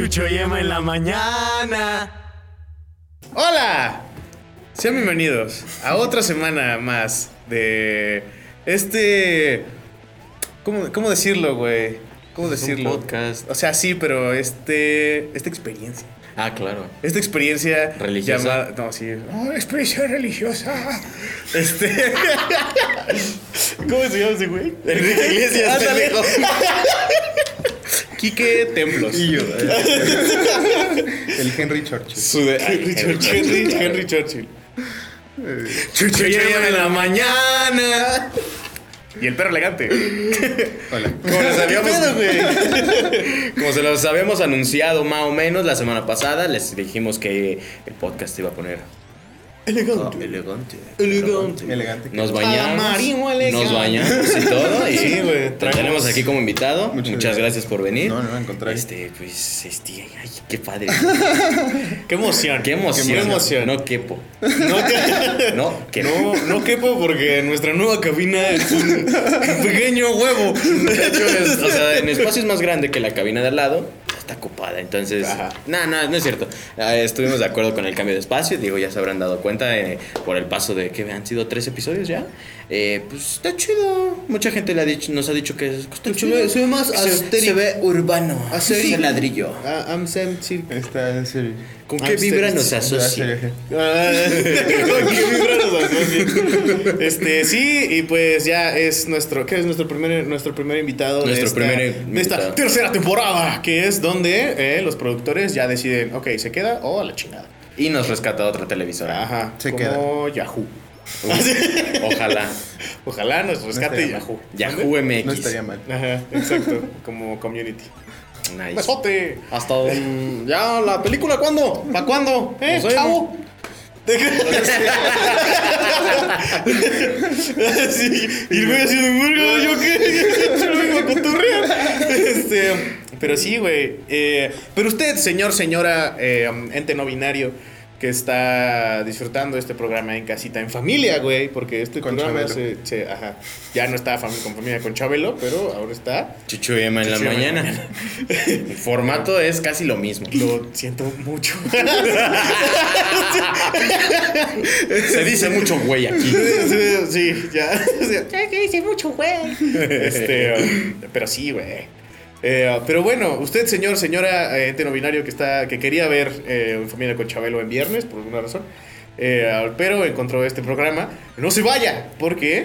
Chucho y Emma en la mañana. Hola, sean bienvenidos a otra semana más de ¿Cómo decirlo, güey? ¿Cómo decirlo? Un podcast. O sea, sí, pero esta experiencia. Ah, claro. Esta experiencia religiosa. Llamada, no, sí. Oh, experiencia religiosa. ¿Cómo se llama ese güey? Enrique Iglesias. Ándale. Quique Templos. Y yo. El Henry Churchill. Henry Churchill. Chucho y Emma en la mañana. Y el perro elegante. Hola. Como se los habíamos anunciado más o menos la semana pasada, les dijimos que el podcast se iba a poner Elegante. Nos bañamos. Amarillo elegante. Nos bañamos y todo. Y Sí, güey. te tenemos aquí como invitado. Muchas Muchas gracias por venir. No, al contrario. Ay, qué padre. Qué emoción. Qué emoción. Qué emoción. No quepo. No quepo porque nuestra nueva cabina es un pequeño huevo. De hecho, o sea, en espacio es más grande que la cabina de al lado. Está copada, entonces. No es cierto. Estuvimos de acuerdo con el cambio de espacio. Digo, ya se habrán dado cuenta por el paso de que han sido 3 episodios ya. Pues está chido. Mucha gente nos ha dicho que está chido. Se ve más Se ve urbano. Así. El ladrillo. Está en serio. ¿Con qué vibra nos asocia? ¿Con qué vibra nos asocia? Sí, y pues ya es nuestro primer invitado de esta tercera temporada, que es donde los productores ya deciden, ok, ¿se queda o a la chingada? Y nos rescata otra televisora. Ajá, Se como Yahoo. Ojalá nos rescate estaría Yahoo. Yahoo MX. No estaría mal. Ajá, exacto, como Community. Nice. ¡Besote! Hasta ya la película, ¿cuándo? ¿Para cuándo? No sé. ¡Chavo! Sí, y el güey haciendo burgo, ¿yo qué? Yo lo iba a cotorrear. Pero sí, güey. Pero usted, señora, ente no binario, que está disfrutando este programa en casita, en familia, güey, porque este Con programa Chabelo. ya no está con familia con Chabelo, pero ahora está. Chucho y Emma en la Chucho y Emma en la mañana. El formato es casi lo mismo. Lo siento mucho. Se dice mucho güey aquí. Sí, ya. Ya que dice mucho, güey. Pero sí, güey. Pero bueno, usted, señora, ente no binario que quería ver en familia con Chabelo en viernes, por alguna razón, pero encontró este programa, no se vaya, porque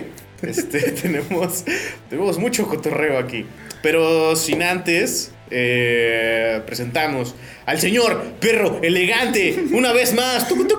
tenemos mucho cotorreo aquí. Pero sin antes, presentamos al señor perro elegante, una vez más. Tocando.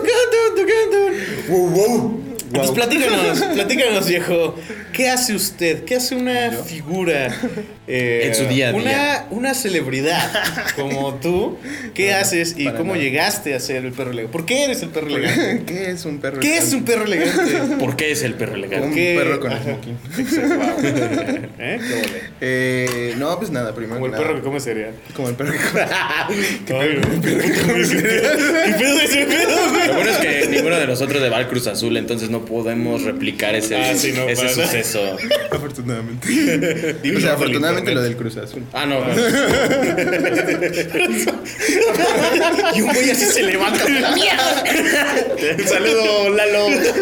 Entonces platícanos, viejo. ¿Qué hace usted? ¿Qué hace una figura en su día a día? Una celebridad como tú. ¿Qué haces y cómo llegaste a ser el perro elegante? ¿Por qué eres el perro elegante? ¿Qué es un perro? ¿Qué es un perro elegante? ¿Por qué es el perro Un elegante? perro con smoking. ¿Qué ole? No, pues nada, primero. Como el nada. perro que come cereal. Como el perro que come. Ay, ¿Qué pedo ese pedo, güey? Lo bueno es que ninguno de nosotros le va al Cruz Azul, entonces no podemos replicar ese suceso. Afortunadamente. Dime O sea, por afortunadamente internet. lo del Cruz Azul. Ah, no. Y un güey así se levanta. ¡Mierda! Un saludo, Lalo.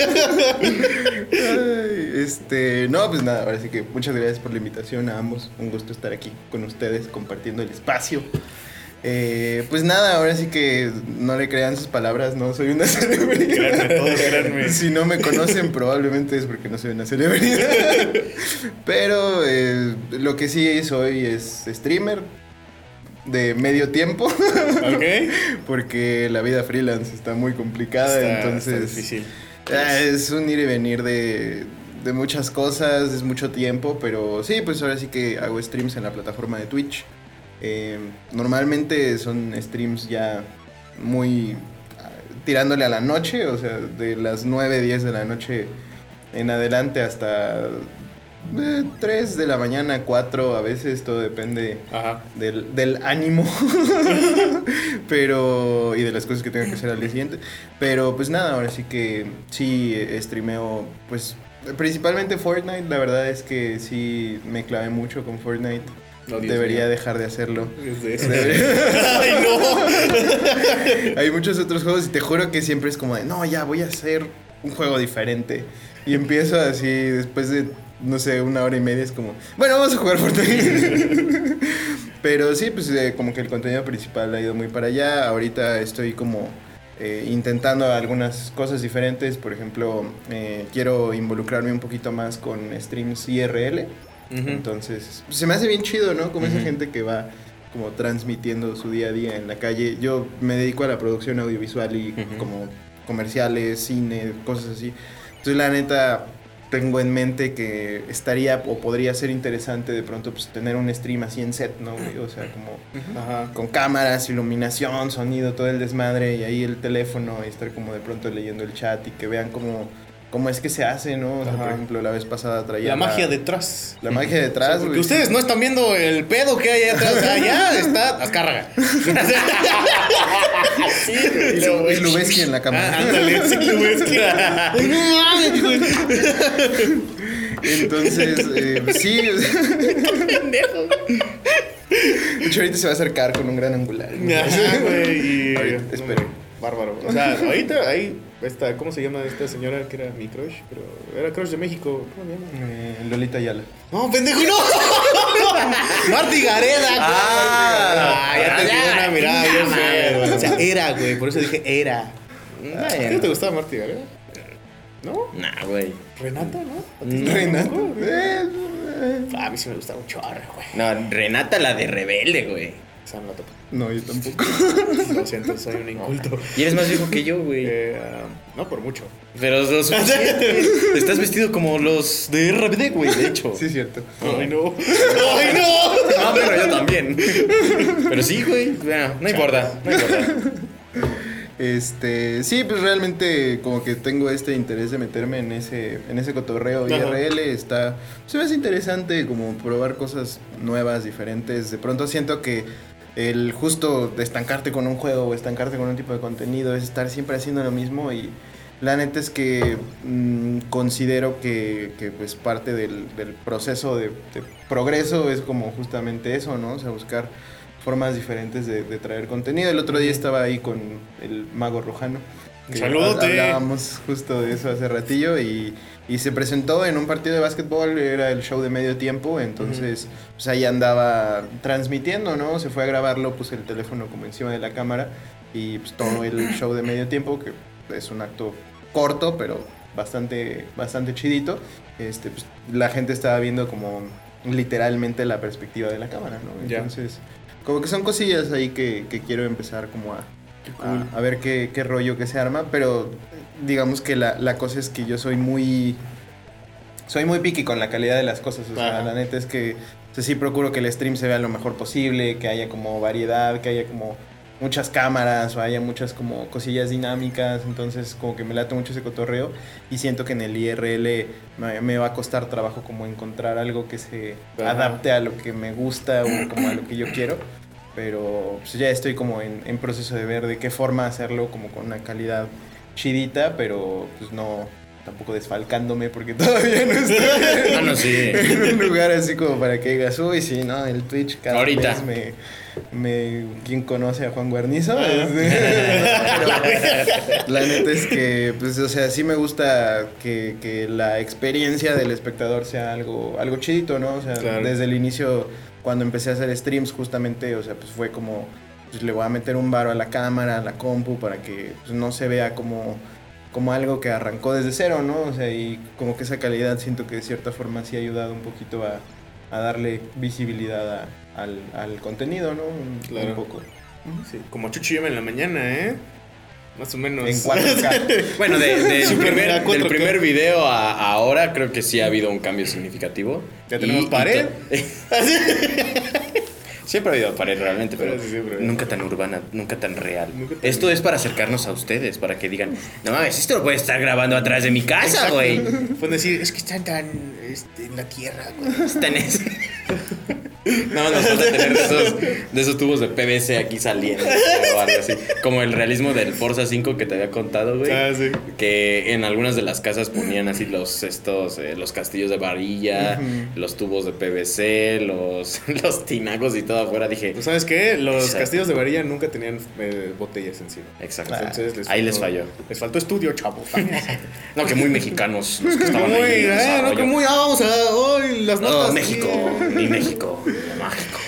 Ay, no, pues nada, ahora sí que muchas gracias por la invitación a ambos. Un gusto estar aquí con ustedes compartiendo el espacio. Pues nada, ahora sí que no le crean sus palabras, no soy una celebridad. Créanme. Si no me conocen, probablemente es porque no soy una celebridad. Pero lo que sí soy es streamer de medio tiempo. ¿Ok? Porque la vida freelance está muy complicada, entonces está difícil. Es un ir y venir de muchas cosas, es mucho tiempo, pero sí, pues ahora sí que hago streams en la plataforma de Twitch. Normalmente son streams ya muy tirándole a la noche, o sea, de las 9, 10 de la noche en adelante hasta 3 de la mañana, 4 a veces, todo depende del ánimo pero y de las cosas que tengo que hacer al día siguiente. Pero pues nada, ahora sí que sí streameo, pues principalmente Fortnite. La verdad es que sí me clavé mucho con Fortnite. No, Dios debería mío. dejar de hacerlo. Es de eso. ¡Ay, no! Hay muchos otros juegos y te juro que siempre es como de, no, ya voy a hacer un juego diferente. Y empiezo así, después de, no sé, 1 hora y media, es como, bueno, vamos a jugar Fortnite. Pero sí, pues como que el contenido principal ha ido muy para allá. Ahorita estoy como intentando algunas cosas diferentes. Por ejemplo, quiero involucrarme un poquito más con streams IRL. Entonces, pues, se me hace bien chido, ¿no? Como esa gente que va como transmitiendo su día a día en la calle. Yo me dedico a la producción audiovisual y como comerciales, cine, cosas así. Entonces, la neta, tengo en mente que estaría o podría ser interesante de pronto pues tener un stream así en set, ¿no? O sea, como con cámaras, iluminación, sonido, todo el desmadre y ahí el teléfono y estar como de pronto leyendo el chat y que vean cómo es que se hace, ¿no? O sea, por ejemplo, la vez pasada traía... La magia detrás. La magia detrás, porque güey. ustedes no están viendo el pedo que hay ahí atrás. O sea, ya está Azcárraga. Sí, y Lubeski en la cámara. Ándale, sí, Lubeski. Entonces, sí. Pendejo. De hecho, ahorita se va a acercar con un gran angular. Ajá, güey. Ahorita, espero. Bárbaro. O sea, ahorita ahí está, ¿cómo se llama esta señora que era mi crush? Pero era crush de México. ¿Cómo se llama? Lolita Ayala. No, pendejo, no. Marty Gareda. Ya te dio una mirada bien fea, güey. O sea, era, güey. Por eso dije era. ¿Qué no te gustaba Marty Gareda? ¿No? Nah, güey. Renata, ¿no? Renata. A mí sí me gustaba un chorro, güey. No, Renata la de Rebelde, güey. Esa no la topo. No, yo tampoco. Lo siento, soy un inculto. Y eres más viejo que yo, güey. No por mucho. Pero lo suficiente. Estás vestido como los de RBD, güey, de hecho. Sí, es cierto. Ay, no. Ay, no. No, pero yo también. Pero sí, güey. Bueno, no importa. Sí, pues realmente como que tengo este interés de meterme en ese cotorreo IRL. Se me hace interesante como probar cosas nuevas, diferentes. De pronto siento que el justo de estancarte con un juego o estancarte con un tipo de contenido es estar siempre haciendo lo mismo y la neta es que considero que pues parte del proceso de progreso es como justamente eso, ¿no? O sea, buscar formas diferentes de traer contenido. El otro día estaba ahí con el Mago Rojano. ¡Saludote! Hablábamos justo de eso hace ratillo y se presentó en un partido de básquetbol, era el show de medio tiempo, entonces pues ahí andaba transmitiendo, ¿no? Se fue a grabarlo, puse el teléfono como encima de la cámara y pues todo el show de medio tiempo, que es un acto corto, pero bastante chidito, pues la gente estaba viendo como literalmente la perspectiva de la cámara, ¿no? Entonces, como que son cosillas ahí que quiero empezar como a ver qué rollo que se arma, pero digamos que la cosa es que yo soy muy picky con la calidad de las cosas, o sea, la neta es que sí procuro que el stream se vea lo mejor posible, que haya como variedad, que haya como muchas cámaras o haya muchas como cosillas dinámicas, entonces como que me late mucho ese cotorreo y siento que en el IRL me va a costar trabajo como encontrar algo que se adapte a lo que me gusta o como a lo que yo quiero, pero pues ya estoy como en proceso de ver de qué forma hacerlo como con una calidad chidita, pero pues no tampoco desfalcándome porque todavía no estoy en un lugar así como para que digas, uy, sí, no, el Twitch cada ahorita mes ¿quién conoce a Juan Guarnizo? Pero la neta es que, pues, o sea, sí me gusta que la experiencia del espectador sea algo chidito, ¿no? O sea, desde el inicio, cuando empecé a hacer streams, justamente, o sea, pues fue como, pues le voy a meter un varo a la cámara, a la compu, para que pues, no se vea como algo que arrancó desde cero, ¿no? O sea, y como que esa calidad siento que de cierta forma sí ha ayudado un poquito a darle visibilidad al contenido, ¿no? Un poco. Sí, como Chucho y yo en la mañana, ¿eh? Más o menos. En 4K. Bueno, del primer video a ahora creo que sí ha habido un cambio significativo. Ya tenemos pared. Siempre ha habido pared realmente, pero siempre. Nunca tan urbana, nunca tan real. Esto es para acercarnos a ustedes, para que digan, no mames, esto lo puedes estar grabando atrás de mi casa, güey. Pueden decir, es que están tan en la tierra, güey. Están No, nos falta tener de esos tubos de PVC aquí saliendo o algo así. Como el realismo del Forza 5 que te había contado, güey. Ah, sí. Que en algunas de las casas ponían así los castillos de varilla, los tubos de PVC, los tinacos y todo afuera. Dije, ¿Tú sabes qué? Los Exacto. castillos de varilla nunca tenían botellas encima. exacto. Entonces Ahí les falló. Les faltó estudio, chavos. No, que muy mexicanos los que estaban Muy, ahí. en el no, desarrollo. que muy, vamos a hoy las No, notas. México, ni México, mágico.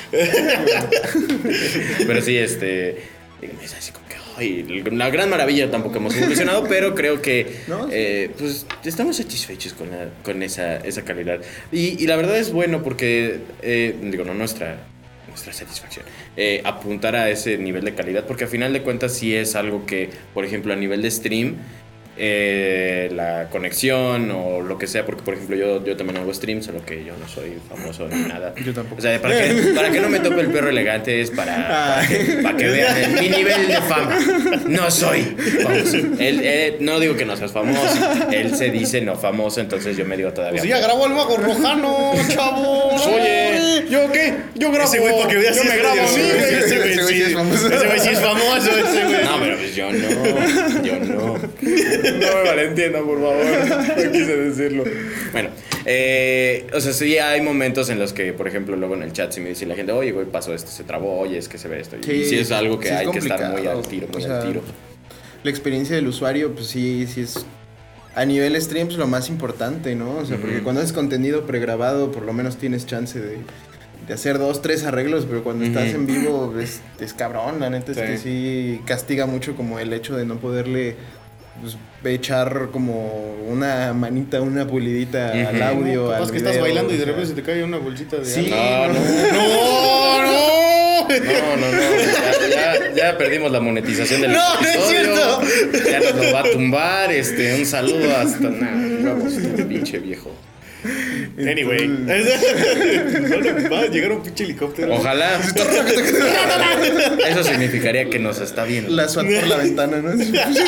Pero sí, es así como que, ay, la gran maravilla tampoco hemos evolucionado, pero creo que No, sí. pues estamos satisfechos con esa calidad. Y la verdad es bueno porque, no nuestra satisfacción, apuntar a ese nivel de calidad, porque a final de cuentas sí es algo que, por ejemplo, a nivel de stream, la conexión o lo que sea, porque por ejemplo yo también hago streams, solo que yo no soy famoso ni nada. Yo tampoco. O sea, para que no me tope el perro elegante es para que vean mi nivel de fama. No soy famoso. Él, no digo que no seas famoso, él se dice no famoso, entonces yo me digo todavía. Pues ya grabó el mago Rojano, chavos. Oye, ¿yo qué? Yo grabo. Ese güey, para que veas, yo sí me es grabo. medio Sí, famoso. güey, ese güey sí es famoso. Ese güey sí es famoso. Ese güey. No, pero pues yo no. No me malentiendan, por favor. No quise decirlo. Bueno, o sea, sí hay momentos en los que, por ejemplo, luego en el chat sí me dice la gente, oye, güey, pasó esto, se trabó, oye, es que se ve esto. Y sí es algo que sí es hay que estar muy complicado. al tiro, muy O sea, al tiro. La experiencia del usuario, pues sí es a nivel streams lo más importante, ¿no? O sea, porque cuando haces contenido pregrabado, por lo menos tienes chance de hacer 2, 3 arreglos, pero cuando estás en vivo es cabrón, la neta es que sí castiga mucho como el hecho de no poderle pues, echar como una manita, una pulidita al audio, al Capaz que video, estás bailando y o de sea. repente se te cae una bolsita de Sí, algo. no. Ya perdimos la monetización del No, no es episodio. Ya nos lo va a tumbar. Un saludo hasta vamos, tu pinche viejo. Anyway. Va a llegar un pinche helicóptero. Ojalá. Eso significaría que nos está viendo. La SWAT por la ventana, ¿no?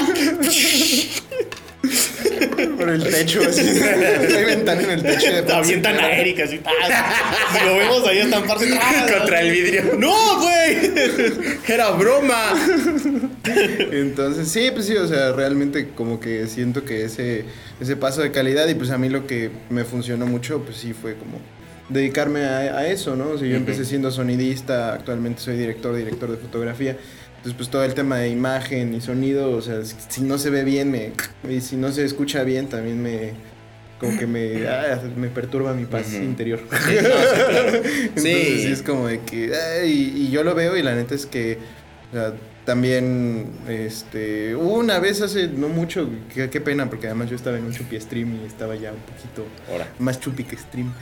Por el techo, así. Hay ventana en el techo. De Avientan a Erika así. Y lo vemos ahí estamparse. Contra el vidrio. ¡No, güey! Era broma. Entonces, sí, pues sí, o sea, realmente como que siento que ese paso de calidad y pues a mí lo que me funcionó mucho, pues sí fue como dedicarme a eso, ¿no? O sea, yo empecé siendo sonidista, actualmente soy director de fotografía. Entonces, pues todo el tema de imagen y sonido, o sea, si no se ve bien, y si no se escucha bien, también me perturba mi paz interior. Entonces, sí es como de que, y yo lo veo y la neta es que, o sea, también, hubo una vez hace no mucho, qué pena, porque además yo estaba en un chupi stream y estaba ya un poquito más chupi que stream.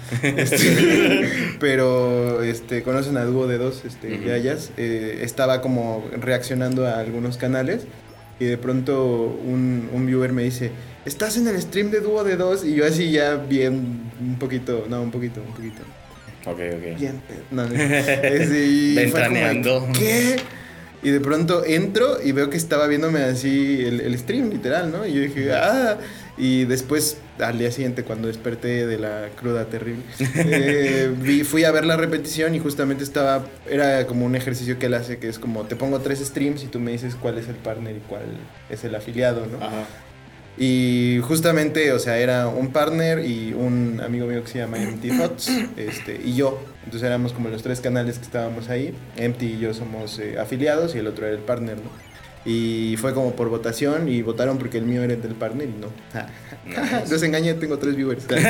Pero, conocen a Dúo de Dos, Yayas, estaba como reaccionando a algunos canales y de pronto un viewer me dice, ¿estás en el stream de Dúo de Dos? Y yo así ya bien, un poquito. Ok. Bien, Ventaneando. ¿Qué? Y de pronto entro y veo que estaba viéndome así el stream, literal, ¿no? Y yo dije, Y después, al día siguiente, cuando desperté de la cruda terrible, fui a ver la repetición y justamente era como un ejercicio que él hace, que es como, te pongo 3 streams y tú me dices cuál es el partner y cuál es el afiliado, ¿no? Ajá. Y justamente, o sea, era un partner y un amigo mío que se llama Empty Thoughts, y yo. Entonces éramos como los 3 canales que estábamos ahí. Empty y yo somos afiliados y el otro era el partner, ¿no? Y fue como por votación y votaron porque el mío era el del partner y no. Los engañé, tengo 3 viewers. ¡Wow!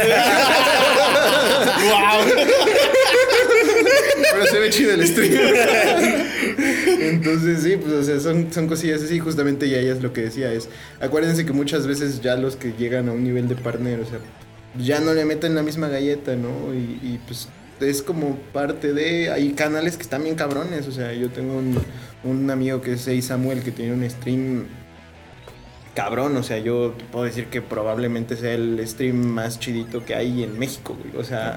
Pero se ve chido el stream. Entonces sí, pues o sea, son cosillas así. Justamente ya es lo que decía, acuérdense que muchas veces ya los que llegan a un nivel de partner, o sea, ya no le meten la misma galleta, ¿no? Y pues es como parte de, hay canales que están bien cabrones, o sea, yo tengo un amigo que es Samuel, que tiene un stream cabrón, o sea, yo te puedo decir que probablemente sea el stream más chidito que hay en México, güey, o sea,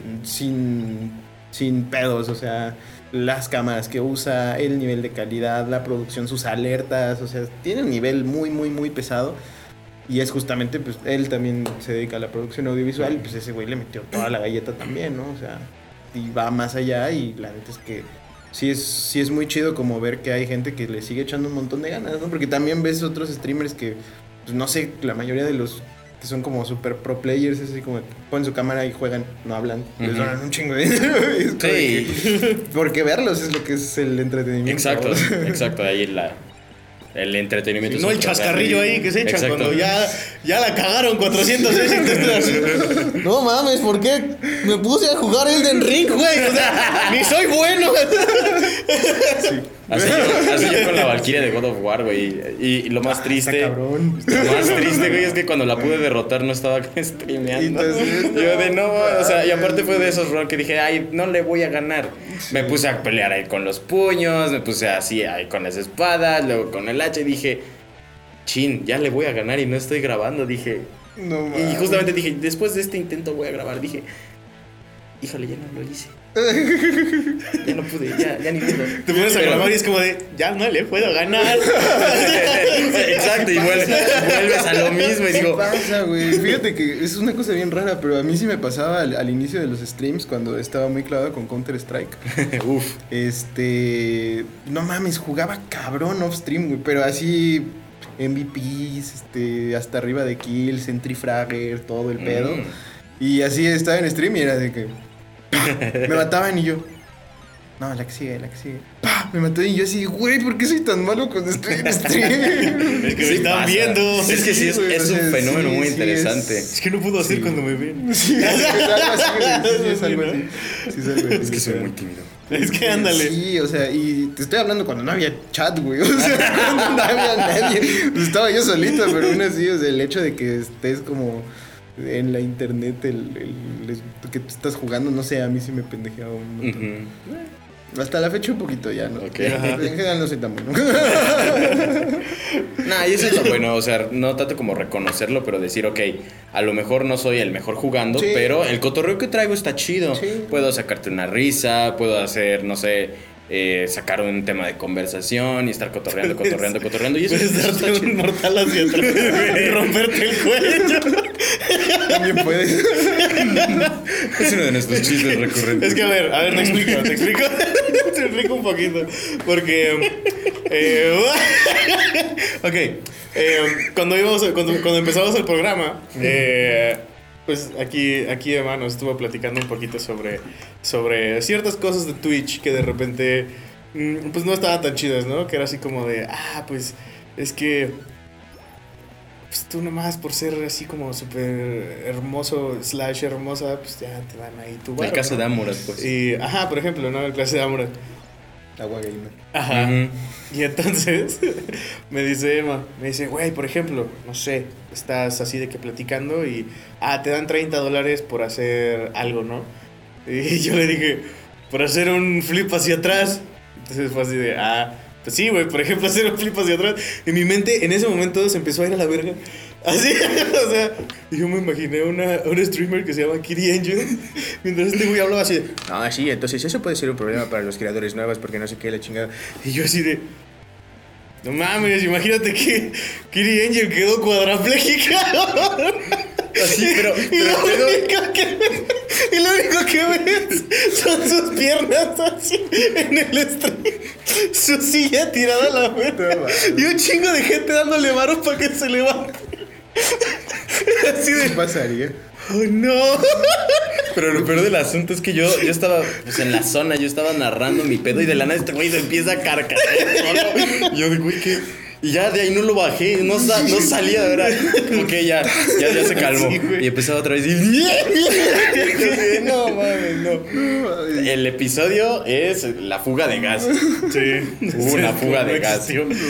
sin pedos, o sea, las cámaras que usa, el nivel de calidad, la producción, sus alertas, o sea, tiene un nivel muy, muy, muy pesado. Y es justamente, pues, él también se dedica a la producción audiovisual y pues ese güey le metió toda la galleta también, ¿no? O sea, y va más allá y la neta es que sí es muy chido como ver que hay gente que le sigue echando un montón de ganas, ¿no? Porque también ves otros streamers que, pues no sé, la mayoría de los que son como super pro players, es así como ponen su cámara y juegan, no hablan, les donan un chingo de dinero. Sí. Porque verlos es lo que es el entretenimiento. Exacto, ahí el entretenimiento. Sí, no el chascarrillo ahí que se echan cuando ya la cagaron 406 intentos. No mames, ¿por qué me puse a jugar Elden Ring, güey? O sea, ni soy bueno. Sí. Así yo con la Valkyria de God of War, güey. Y lo más triste. Cabrón. Lo más triste, güey, es que cuando la pude derrotar no estaba streameando. Yo de no, o sea, y aparte fue de esos roles que dije, ay, no le voy a ganar. Sí. Me puse a pelear ahí con los puños, me puse así ahí con las espadas, luego con el hacha y dije, chin, ya le voy a ganar y no estoy grabando, dije. No mames. Y justamente dije, después de este intento voy a grabar, dije, híjole, ya no lo hice. Ya no pude, ya ni puedo. Te pones a grabar y es como de, ya no le puedo ganar. Exacto, y vuelves a lo mismo y digo, ¿qué pasa, güey? Fíjate que es una cosa bien rara, pero a mí sí me pasaba al inicio de los streams cuando estaba muy clavado con Counter Strike. Uf. No mames, jugaba cabrón off stream, güey, pero así MVPs, hasta arriba de kills, entry fragger, todo el pedo. Y así estaba en stream y era de que me mataban y yo, no, la que sigue. ¡Pah! Me mató y yo así, güey, ¿por qué soy tan malo cuando estoy en stream? Es que me están viendo. Es que sí, es un fenómeno muy interesante. Es que no puedo hacer cuando me ven. Sí, es algo así, güey. Es algo así. Es que soy muy tímido. Es que ándale. Sí, o sea, y te estoy hablando cuando no había chat, güey. O sea, no había nadie. Pues estaba yo solito, pero aún así, o sea, el hecho de que estés como en la internet, que estás jugando, no sé, a mí sí me pendejeaba un montón. Hasta la fecha un poquito ya, ¿no? Okay. En general no soy tan bueno. Nah, y eso es lo bueno, o sea, no tanto como reconocerlo, pero decir, ok, a lo mejor no soy el mejor jugando, sí, pero el cotorreo que traigo está chido. Sí. Puedo sacarte una risa, puedo hacer, no sé, sacar un tema de conversación y estar cotorreando. Y eso puedes darte un mortal hacia atrás y romperte el cuello. También puedes. Es uno de nuestros chistes recurrentes. Es que a ver, te explico. Te explico un poquito. Porque cuando empezamos el programa, pues aquí Emma nos estuvo platicando un poquito sobre ciertas cosas de Twitch que de repente pues no estaban tan chidas, ¿no? Que era así como de, pues es que pues tú nomás por ser así como súper hermoso / hermosa, pues ya te dan ahí tu barro, el caso, ¿no? De Amurat, pues. Y, por ejemplo, ¿no? El clase de Amurat. Agua gamer. Ajá. Y entonces me dice Emma, güey, por ejemplo, no sé, estás así de que platicando y te dan $30 por hacer algo, ¿no? Y yo le dije, por hacer un flip hacia atrás. Entonces fue así de, pues sí, güey, por ejemplo, hacer un flip hacia atrás. En mi mente, en ese momento, se empezó a ir a la verga. Así, o sea, yo me imaginé una streamer que se llama Kitty Angel. Mientras este güey hablaba así de, no, sí, entonces eso puede ser un problema para los creadores nuevos porque no sé qué, la chingada. Y yo así de, no mames, imagínate que Kitty Angel quedó cuadraplégica. Así, pero lo único que ves son sus piernas así en el stream, su silla tirada a la verga y un chingo de gente dándole varos para que se levante. Así de, ¿qué pasaría? ¡Oh, no! Pero lo peor del asunto es que yo estaba pues en la zona, yo estaba narrando mi pedo y de la nada este güey se empieza a carcajear solo. Y yo digo, güey, ¿qué? Y ya de ahí no lo bajé, no salía, de verdad. Ok, ya se calmó. Sí, y empezaba otra vez y... No mames, no. El episodio es la fuga de gas. Sí. Hubo una fuga de gas.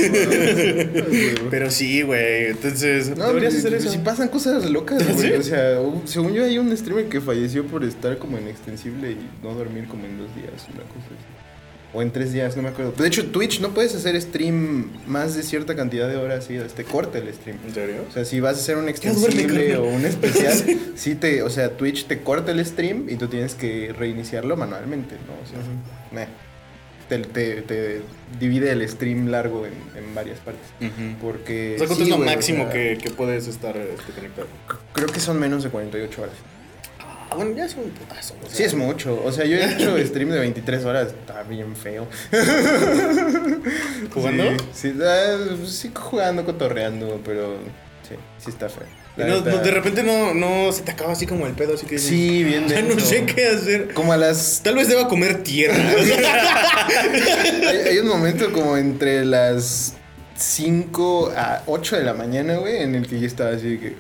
Pero sí, güey. Entonces, no, deberías hacer eso. Si pasan cosas locas, güey. ¿Sí? O sea, según yo hay un streamer que falleció por estar como en extensible y no dormir como en 2 días, una cosa así. O en 3 días, no me acuerdo. De hecho, Twitch no puedes hacer stream más de cierta cantidad de horas y corta el stream. ¿En serio? O sea, si vas a hacer un extensible o un especial, o sea, Twitch te corta el stream y tú tienes que reiniciarlo manualmente, ¿no? O sea, te divide el stream largo en varias partes. Porque... O sea, ¿cuánto es lo máximo que puedes estar conectado? Creo que son menos de 48 horas. Bueno, ya es un putazo. O sea, Sí, es mucho. O sea, yo he hecho stream de 23 horas. Está bien feo. ¿Jugando? Sí, sí, jugando, cotorreando, pero sí está feo. Y de repente no se te acaba así como el pedo, así que dices, Sí, bien ya no denso. sé qué hacer. Como a las... Tal vez deba comer tierra. hay un momento como entre las 5 a 8 de la mañana, güey, en el que yo estaba así de que...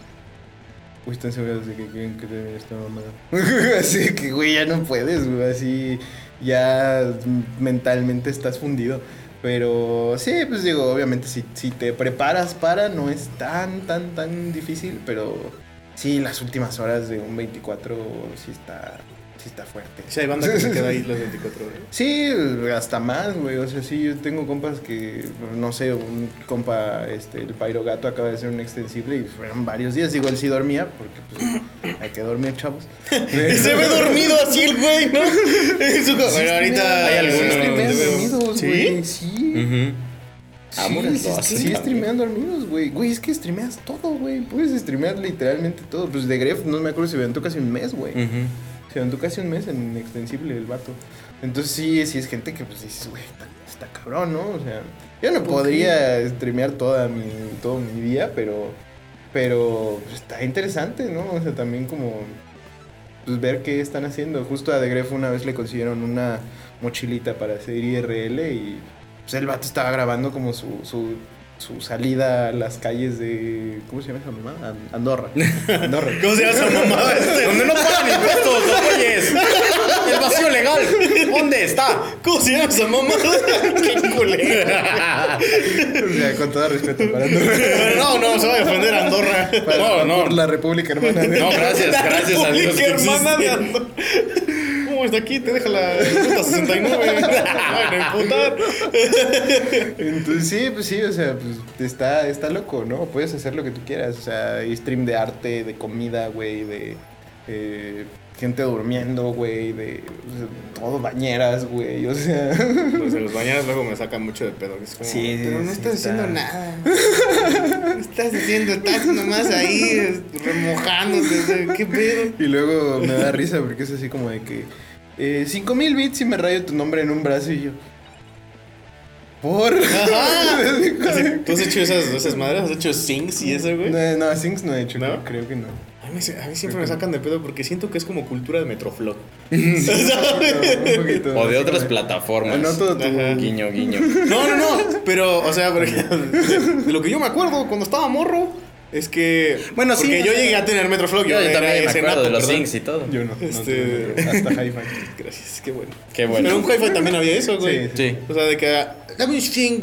Uy, están seguros de que quieren que te esta mamada. Así que, güey, ya no puedes, güey, así ya mentalmente estás fundido. Pero sí, pues digo, obviamente si te preparas no es tan difícil, pero sí, las últimas horas de un 24 sí está fuerte. Sí, hay banda que se queda ahí las 24 horas. Sí, hasta más, güey. O sea, sí, yo tengo compas que, no sé, un compa, el Pyro Gato acaba de hacer un extensible y fueron varios días. Digo, él sí dormía, porque pues hay que dormir, chavos. Y se ve dormido así el güey, ¿no? Bueno, ahorita hay algunos. Streamean dormidos, ¿Sí? güey. Sí. Sí, streamean dormidos, güey. Güey, es que streameas todo, güey. Puedes streamear literalmente todo. Pues de Gref, no me acuerdo si aventó casi un mes, güey. Se aventó casi un mes en extensible el vato. Entonces sí es gente que pues dices, güey, está cabrón, ¿no? O sea, yo no podría streamear todo mi día, pero pues, está interesante, ¿no? O sea, también como pues ver qué están haciendo. Justo a The Gref una vez le consiguieron una mochilita para hacer IRL y pues el vato estaba grabando como su salida a las calles de... ¿Cómo se llama esa mamá? Andorra. ¿Cómo se llama esa mamá? Donde no pagan impuestos, los güeyes. El vacío legal. ¿Dónde está? ¿Cómo se llama esa mamá? Qué culera. O sea, con todo respeto para Andorra. No, se va a defender a Andorra. Por la República Hermana. No, gracias a Dios que hermana de existe. Andorra. ¿Cómo está aquí? Te deja la ruta 69. Ay, no imputar. Entonces sí, pues sí, o sea, pues está loco, ¿no? Puedes hacer lo que tú quieras, o sea, hay stream de arte, de comida, güey, de gente durmiendo, güey, de todo, bañeras, güey, o sea... Pues los bañeras luego me sacan mucho de pedo. Es como, Sí, pero no sí estás está. haciendo nada. No estás nomás ahí remojándote. ¿Qué pedo? Y luego me da risa porque es así como de que 5,000 bits y me rayo tu nombre en un brazo y yo... ¿Por? Ajá. ¿Tú has hecho esas madres? ¿Has hecho sings y eso, güey? No, Sings no he hecho, ¿No? creo que no. A mí siempre me sacan de pedo porque siento que es como cultura de Metroflog. Un poquito, O de así otras como- plataformas. No todo tu... Ajá. Guiño, guiño. No. Pero, o sea, por ejemplo, de lo que yo me acuerdo cuando estaba morro es que. Bueno, sí, porque yo o sea, llegué a tener Metroflog. Yo era también me ese acuerdo nato, de los perdón. Zings y todo. Yo no. Hasta Hi-Fi. Gracias, qué bueno. Qué bueno. Pero en un Hi-Fi también había eso, güey. Sí, Sí. O sea, de que. Dame un sing.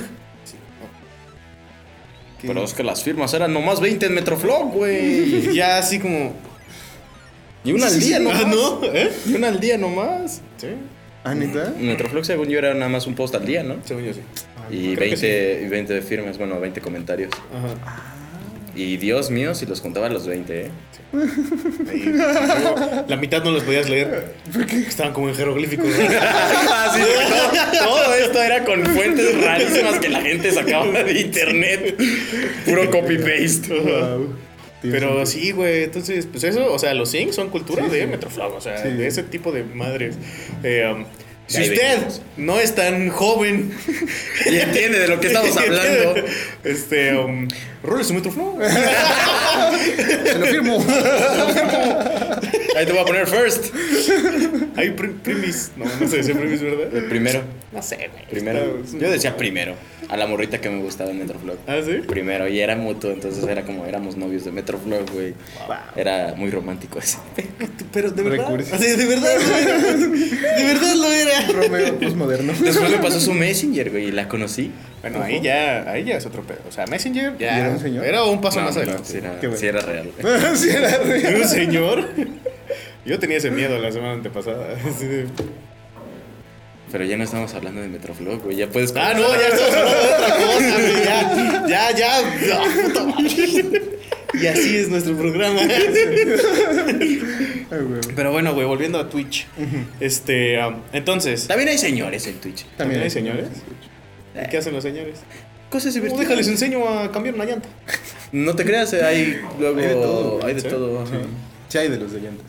Pero es que las firmas eran nomás 20 en Metroflog, güey. Ya así como. Y una al día nomás. Ah, ¿no? ¿Eh? Y una al día nomás. Sí. ¿Ah, neta? Metroflog, según yo, era nada más un post al día, ¿no? Según yo sí. Y Creo que 20 de firmas, bueno, 20 comentarios. Ajá. Y Dios mío, si los contaba los 20, ¿eh? Ahí, luego, la mitad no los podías leer. Porque estaban como en jeroglíficos. Así que todo esto era con fuentes rarísimas que la gente sacaba de internet. Puro copy-paste. Wow. Pero sí, güey, entonces, pues eso, o sea, los Zings son cultura Sí, de sí. Metroflog, o sea, Sí. de ese tipo de madres. Si Ahí usted venimos. no es tan joven Y entiende de lo que estamos hablando. role su Metroflog. Se lo firmo. Ahí te voy a poner first. Hay primis. No se decía primis, ¿verdad? El primero. No sé, güey. Primero. Está- Yo decía primero. A la morrita que me gustaba en Metroflog. ¿Ah, sí? Primero. Y era mutuo, entonces era como éramos novios de Metroflog, güey. Era muy romántico ese. Pero de verdad. Recurso. Así, de verdad lo era. De verdad lo era. Romeo postmoderno. Después me pasó su Messenger, güey, y la conocí. Bueno, ahí ya es otro pedo. O sea, Messenger ya ¿Y era un señor? era un paso No, más no, adelante. sí era, Qué bueno. sí era real. Sí, era real. ¿Era un señor? Yo tenía ese miedo la semana antepasada. Así de, Pero ya no estamos hablando de Metroflog, güey. Ya puedes. ah, no, ya estamos hablando de otra cosa, güey. Ya. Ah, puta madre. Y así es nuestro programa. Ay, güey. Pero bueno, güey, volviendo a Twitch. Entonces, También hay señores en Twitch. ¿también hay señores? ¿Y qué hacen los señores? Cosas Oh, divertidas. déjales enseño a cambiar una llanta. No te creas, hay luego. Hay de todo, Hay de ¿sí? todo. Ajá. Sí hay de los de llantas.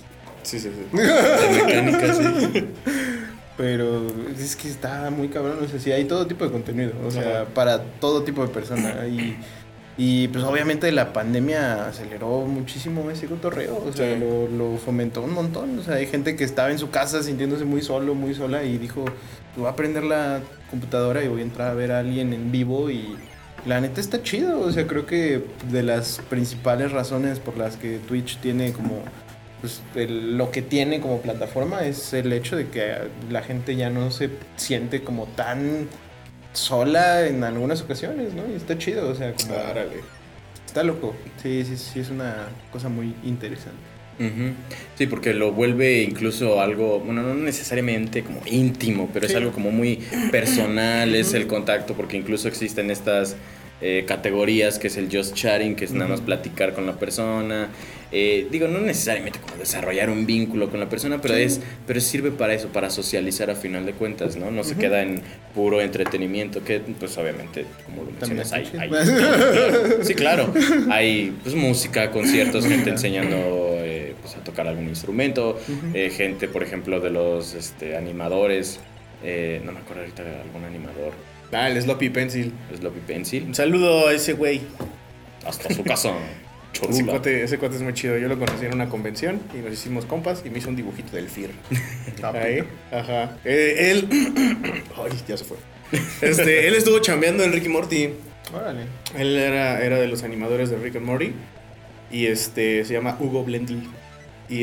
Sí. De mecánica, sí. Pero es que está muy cabrón, o sea, sí hay todo tipo de contenido, o sea, para todo tipo de persona. Y pues obviamente la pandemia aceleró muchísimo ese cotorreo, o sea, lo fomentó un montón. O sea, hay gente que estaba en su casa sintiéndose muy solo, muy sola y dijo, voy a prender la computadora y voy a entrar a ver a alguien en vivo y la neta está chido. O sea, creo que de las principales razones por las que Twitch tiene como... Pues lo que tiene como plataforma es el hecho de que la gente ya no se siente como tan sola en algunas ocasiones, ¿no? Y está chido, o sea, como... Árale. Está loco. Sí, es una cosa muy interesante. Uh-huh. Sí, porque lo vuelve incluso algo, bueno, no necesariamente como íntimo, pero es algo como muy personal, es el contacto, porque incluso existen estas categorías que es el just chatting, que es nada más platicar con la persona. Digo, no necesariamente como desarrollar un vínculo con la persona, pero sirve para eso, para socializar a final de cuentas, ¿no? No se queda en puro entretenimiento, que pues obviamente, como lo mencionas, hay sí, claro, hay pues música, conciertos, gente enseñando pues, a tocar algún instrumento, gente, por ejemplo, de los animadores, no me acuerdo ahorita de algún animador. El Sloppy Pencil. Un saludo a ese güey. Hasta su casa. Ese cuate es muy chido. Yo lo conocí en una convención y nos hicimos compas y me hizo un dibujito del FIR. Ahí, ajá. Él. Ay, ya se fue. Él estuvo chambeando en Rick y Morty. Órale. Él era de los animadores de Rick and Morty. Y se llama Hugo Blendl. Y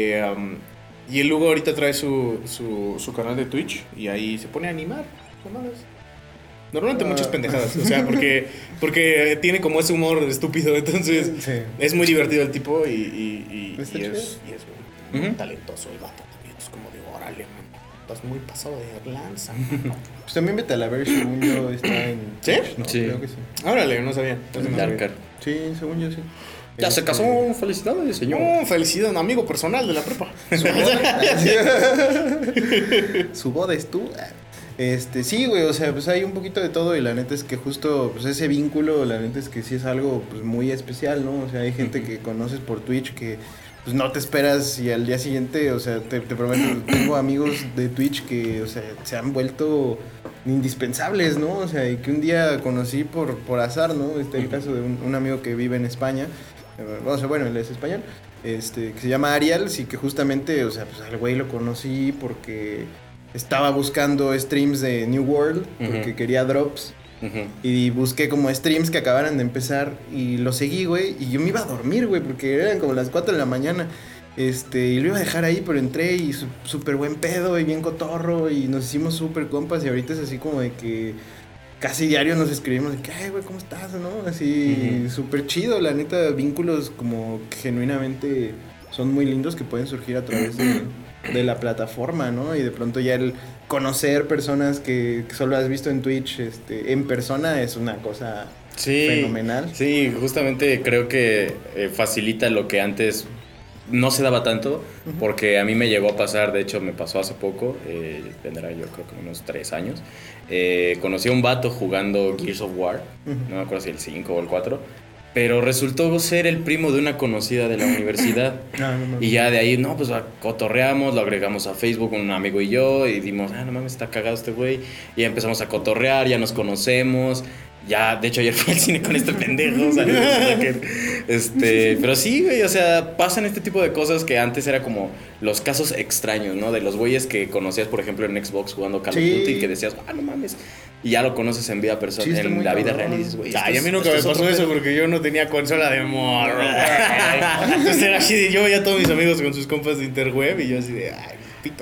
y el Hugo ahorita trae su canal de Twitch. Y ahí se pone a animar. Normalmente muchas pendejadas, o sea, porque tiene como ese humor estúpido, entonces es muy divertido el tipo y es talentoso el vato también. Es como digo, órale, man, estás muy pasado de lanza. Pues también vete a la ver, según yo, está en... ¿Sí? ¿no? Sí. Creo que sí. Órale, no sabía. Darker. Sí, según yo sí. Ya se casó, felicidades, señor. Felicidad, un amigo personal de la prepa. Su boda es tú. Sí, güey, o sea, pues hay un poquito de todo y la neta es que justo, pues ese vínculo, la neta es que sí es algo, pues muy especial, ¿no? O sea, hay gente que conoces por Twitch que, pues no te esperas y al día siguiente, o sea, te prometo, tengo amigos de Twitch que, o sea, se han vuelto indispensables, ¿no? O sea, y que un día conocí por azar, ¿no? El caso de un amigo que vive en España, o sea, bueno, él es español, que se llama Ariel, sí que justamente, o sea, pues al güey lo conocí porque... Estaba buscando streams de New World porque quería drops. Y busqué como streams que acabaran de empezar y lo seguí, güey. Y yo me iba a dormir, güey, porque eran como las 4 de la mañana. Y lo iba a dejar ahí, pero entré y súper buen pedo y bien cotorro. Y nos hicimos súper compas. Y ahorita es así como de que casi diario nos escribimos de que, ay, güey, ¿cómo estás? ¿No? Así súper chido, la neta. Vínculos como que genuinamente son muy lindos que pueden surgir a través de la plataforma, ¿no? Y de pronto ya el conocer personas que solo has visto en Twitch en persona es una cosa fenomenal. Sí, justamente creo que facilita lo que antes no se daba tanto, porque a mí me llegó a pasar, de hecho me pasó hace poco, tendrá yo creo que unos 3 años, conocí a un vato jugando Gears of War, no me acuerdo si el 5 o el 4, pero resultó ser el primo de una conocida de la universidad. Y ya de ahí, no, pues cotorreamos, lo agregamos a Facebook, un amigo y yo, y dimos, no mames, está cagado este güey. Y ya empezamos a cotorrear, ya nos conocemos. Ya, de hecho, ayer fui al cine con este pendejo, ¿sabes? Pero sí, güey, o sea, pasan este tipo de cosas que antes era como los casos extraños, ¿no? De los güeyes que conocías, por ejemplo, en Xbox jugando Call of Duty, y que decías, no mames. Y ya lo conoces en vida personal, en la vida real, y dices, güey. Ay, a mí nunca me pasó eso porque yo no tenía consola de morro. Entonces era así de, yo veía a todos mis amigos con sus compas de interweb y yo así de, ay, pito.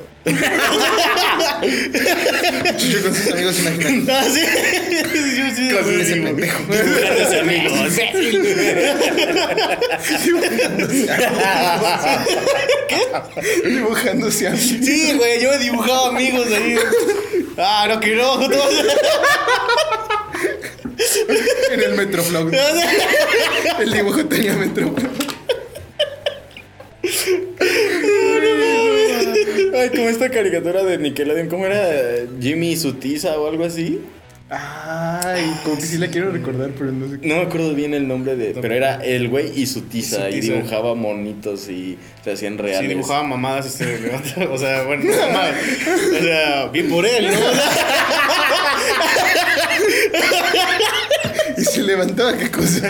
Yo con sus amigos imagínate. Sí. Yo sí. Con ese pendejo. Dibujándose amigos. ¿Qué? Dibujándose amigos. Sí, güey, yo he dibujado amigos ahí. No, que no. En el Metroflog. El dibujo tenía Metroflog. Ay, como esta caricatura de Nickelodeon, ¿cómo era? Jimmy y su tiza o algo así. Ay, como que sí la quiero recordar, pero no sé. No me acuerdo bien el nombre de... Pero era el güey y su tiza. Y dibujaba monitos y se hacían reales. Sí, dibujaba mamadas, o sea, bueno, no mamadas. O sea, bien por él, ¿no? Y se levantaba, ¿qué cosa?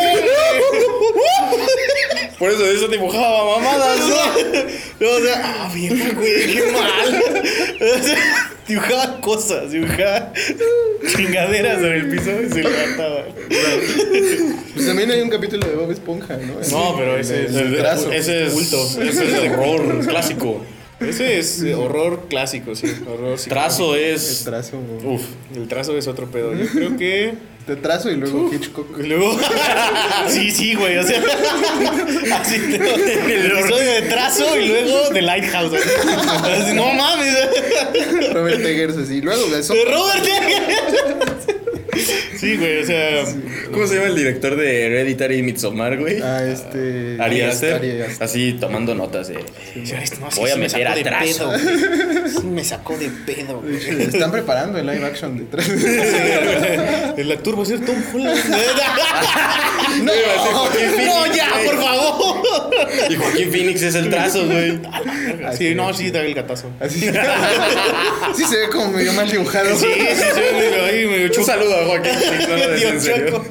Por eso dibujaba mamadas, ¿no? O sea, mierda, güey, qué mal. O sea, dibujaba cosas, dibujaba chingaderas en el piso y se levantaba. Pues también hay un capítulo de Bob Esponja, ¿no? No, pero ese es el trazo. Ese es Culto. Ese es horror clásico. Ese es horror clásico, sí. Horror Trazo El es... trazo. Uf. El trazo es otro pedo. Yo creo que. De trazo y luego Hitchcock. Y luego. Sí, güey. O sea. Así, el episodio de trazo y luego de Lighthouse. Así, no mames. Robert Eggers así. Luego de eso. De Robert Eggers. Sí, güey, o sea. ¿Cómo se llama el director de Hereditary y Midsommar, güey? Ari Aster. Así tomando notas de... Voy a meter a trazo. Sí, me sacó de pedo, güey. Están preparando el live action detrás. El actor va a ser Tom Holland. No, ya, por favor. Y Joaquín Phoenix es el trazo, güey. Sí, no, sí, da el gatazo. Así. Sí se ve como medio mal dibujado. Sí, se ve medio Un saludo a Joaquín Phoenix, no lo des en serio.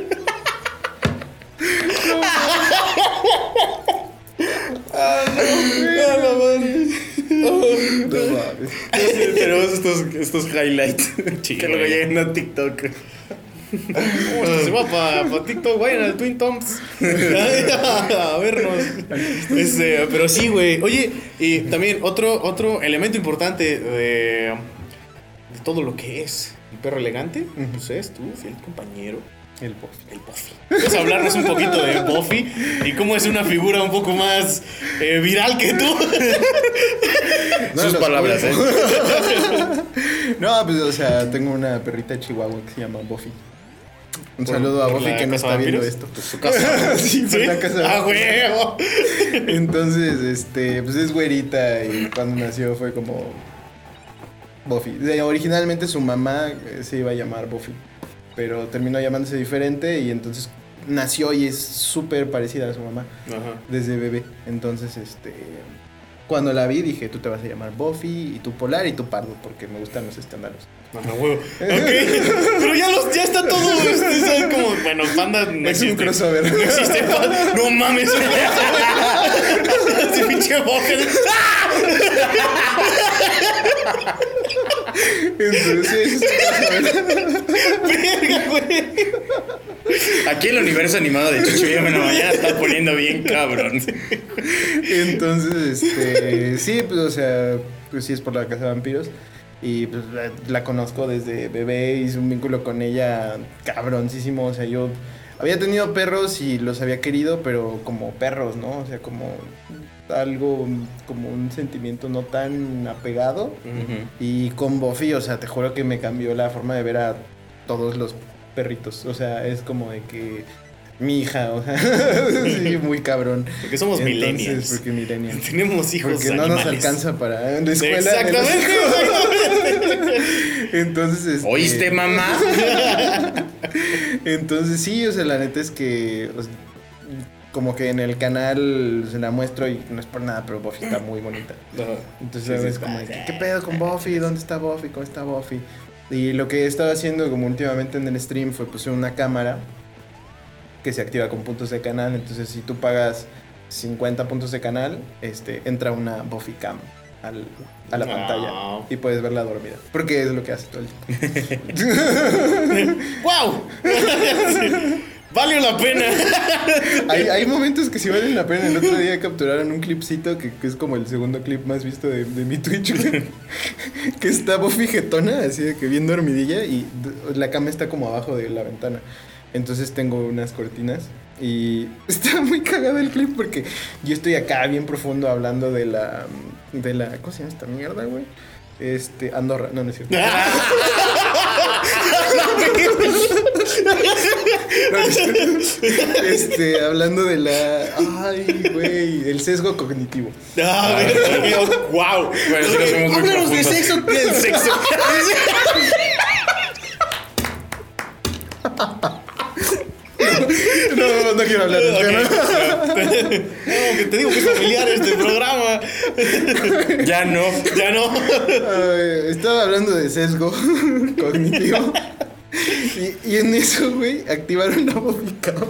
Tenemos estos highlights que luego llegan a TikTok. Se va para TikTok, vayan al Twin Toms a vernos. Pero sí, güey. Oye, y también otro elemento importante de todo lo que es el perro elegante, pues es tu fiel compañero. El Buffy. Vamos a hablarnos un poquito de Buffy y cómo es una figura un poco más viral que tú. No, sus palabras, ¿eh? No, pues, o sea, tengo una perrita chihuahua que se llama Buffy. Un saludo a Buffy que no está viendo esto. Pues su casa. Sí, por la casa. ¡Ah, huevo! Entonces, pues es güerita y cuando nació fue como Buffy. Originalmente su mamá se iba a llamar Buffy, pero terminó llamándose diferente y entonces nació y es súper parecida a su mamá. Ajá. Desde bebé. Entonces, cuando la vi dije, tú te vas a llamar Buffy y tú Polar y tú Pardo, porque me gustan los estándares. Mamá huevo. Ok. Pero ya está todo. ¿Sabes? Como, bueno, Panda no Es existe. un crossover. No existe Panda. No mames. Ese pinche Buffy. Entonces, Verga, güey. Aquí el universo animado de Chucho y en la mañana está poniendo bien cabrón. entonces, sí, pues, o sea, pues sí es por la casa de vampiros. Y pues la conozco desde bebé, hice un vínculo con ella cabroncísimo. O sea, yo había tenido perros y los había querido, pero como perros, ¿no? O sea, como algo, como un sentimiento no tan apegado. Uh-huh. Y con Buffy, o sea, te juro que me cambió la forma de ver a todos los perritos. O sea, es como de que mi hija, o sea, sí, muy cabrón. Porque somos millennials. Porque millennials. Tenemos hijos Porque animales. no nos alcanza para la escuela. Exactamente. Entonces, ¿Oíste, mamá? Entonces sí, o sea, la neta es que o sea, como que en el canal se la muestro y no es por nada, pero Buffy está muy bonita. Entonces es como, ¿qué pedo con Buffy? ¿Dónde está Buffy? ¿Cómo está Buffy? Y lo que he estado haciendo como últimamente en el stream fue pues una cámara que se activa con puntos de canal. Entonces si tú pagas 50 puntos de canal, entra una Buffy Cam a la pantalla y puedes verla dormida, porque es lo que hace todo el tiempo. ¡Wow! Valió la pena. Hay momentos que sí valen la pena. El otro día capturaron un clipcito que es como el segundo clip más visto de mi Twitch, que está Buffy jetona, así de que bien dormidilla, y la cama está como abajo de la ventana. Entonces tengo unas cortinas y está muy cagado el clip porque yo estoy acá bien profundo hablando de la ¿cómo se llama esta mierda, güey? Andorra, no es cierto. Hablando de el sesgo cognitivo. ¡Wow! Bueno, sí nos fuimos muy Háblanos de profundos. sexo. El sexo. No quiero hablar del tema. No, que te digo que es familiar este programa. Ya no. Estaba hablando de sesgo cognitivo. Y en eso, güey, activaron a Buffy Cam.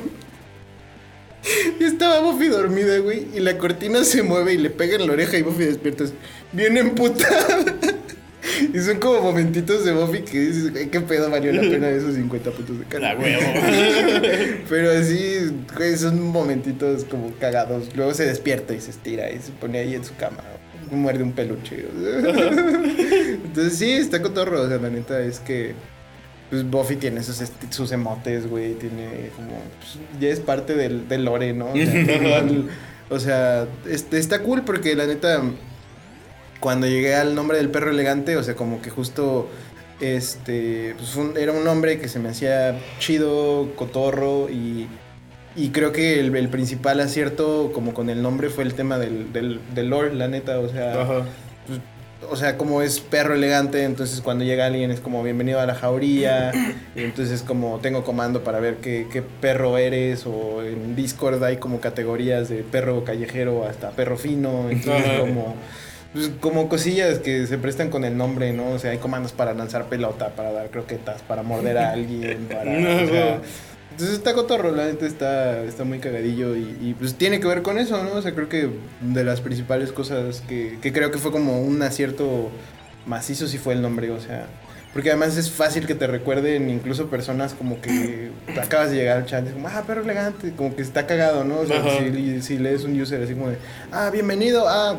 Y estaba Buffy dormida, güey. Y la cortina se mueve y le pega en la oreja y Buffy despierta bien emputada. Y son como momentitos de Buffy que dices, ay, qué pedo, valió la pena esos 50 puntos de cara. La huevo. Pero así, güey, son momentitos como cagados. Luego se despierta y se estira y se pone ahí en su cama. Muerde un peluche. Entonces sí, está cotorro. O sea, la neta es que pues Buffy tiene sus emotes, güey. Tiene como... Pues, ya es parte del lore, ¿no? O sea, está cool porque la neta... Cuando llegué al nombre del perro elegante, o sea, como que justo pues era un nombre que se me hacía chido, cotorro y creo que el principal acierto como con el nombre fue el tema del lore, la neta, o sea, pues, o sea, como es perro elegante, entonces cuando llega alguien es como bienvenido a la jauría, y entonces como tengo comando para ver qué perro eres, o en Discord hay como categorías de perro callejero hasta perro fino, entonces pues como cosillas que se prestan con el nombre, ¿no? O sea, hay comandos para lanzar pelota, para dar croquetas, para morder a alguien, para... o sea, entonces está cotorro, la neta está muy cagadillo y pues tiene que ver con eso, ¿no? O sea, creo que de las principales cosas que creo que fue como un acierto macizo sí fue el nombre, o sea... Porque además es fácil que te recuerden incluso personas como que acabas de llegar al chat y es como, perro elegante, como que está cagado, ¿no? O sea, si lees un user así como de, bienvenido a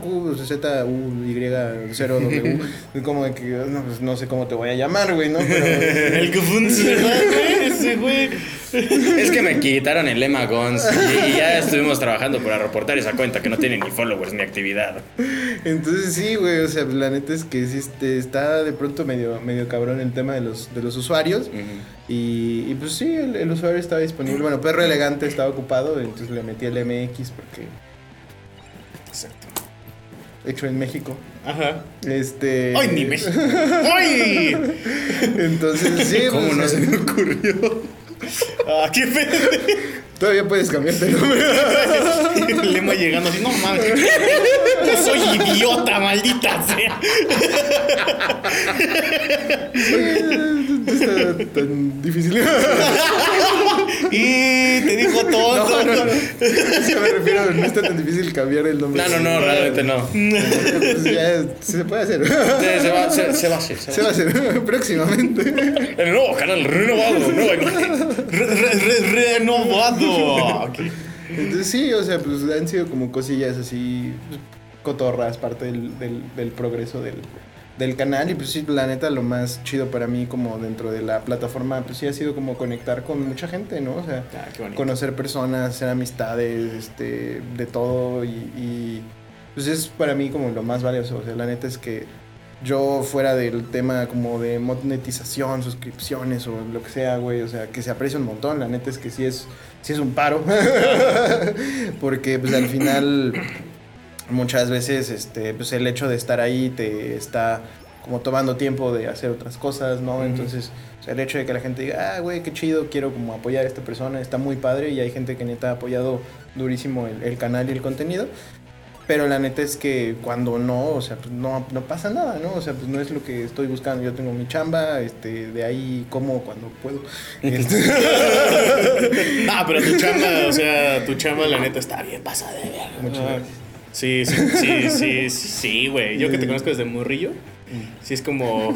QZUY0W, es como de que, no, pues no sé cómo te voy a llamar, güey, ¿no? Pero, el que funciona, güey, ese güey. Es que me quitaron el lema Gons y ya estuvimos trabajando para reportar esa cuenta que no tiene ni followers ni actividad. Entonces sí, güey, o sea, la neta es que sí está de pronto medio cabrón el tema de los usuarios. Y pues sí, el usuario estaba disponible. Bueno, perro elegante estaba ocupado, entonces le metí el MX porque... Exacto. Hecho en México. Ajá. ¡Ay, ni México! ¡Ay! Entonces sí, ¿cómo pues, no se me ocurrió? ¡Qué pendejo! Todavía puedes cambiarte el nombre. El lema llegando así, no mames. Yo soy idiota, maldita sea. Está tan difícil. Y te dijo tonto. No. Es que me refiero, no está tan difícil cambiar el nombre. No, realmente no. Pues ya se puede hacer. Se va a hacer. Se va a hacer próximamente. El nuevo canal renovado. Renovado. Okay. Entonces sí, o sea, pues han sido como cosillas así cotorras, parte del progreso del canal. Y pues sí, la neta, lo más chido para mí como dentro de la plataforma, pues sí ha sido como conectar con mucha gente, ¿no? O sea, conocer personas, hacer amistades, de todo y pues es para mí como lo más valioso. O sea, la neta es que yo fuera del tema como de monetización, suscripciones o lo que sea, güey, o sea, que se aprecia un montón. La neta es que sí es un paro. Porque pues al final muchas veces pues el hecho de estar ahí te está como tomando tiempo de hacer otras cosas, ¿no? Entonces, o sea, el hecho de que la gente diga, güey, qué chido, quiero como apoyar a esta persona, está muy padre, y hay gente que neta ha apoyado durísimo el canal y el contenido. Pero la neta es que cuando no, o sea, pues no pasa nada, ¿no? O sea, pues no es lo que estoy buscando. Yo tengo mi chamba, de ahí como cuando puedo. Pero tu chamba, la neta, está bien pasada de verga. Muchas gracias. Sí, güey. Yo que te conozco desde morrillo, sí es como...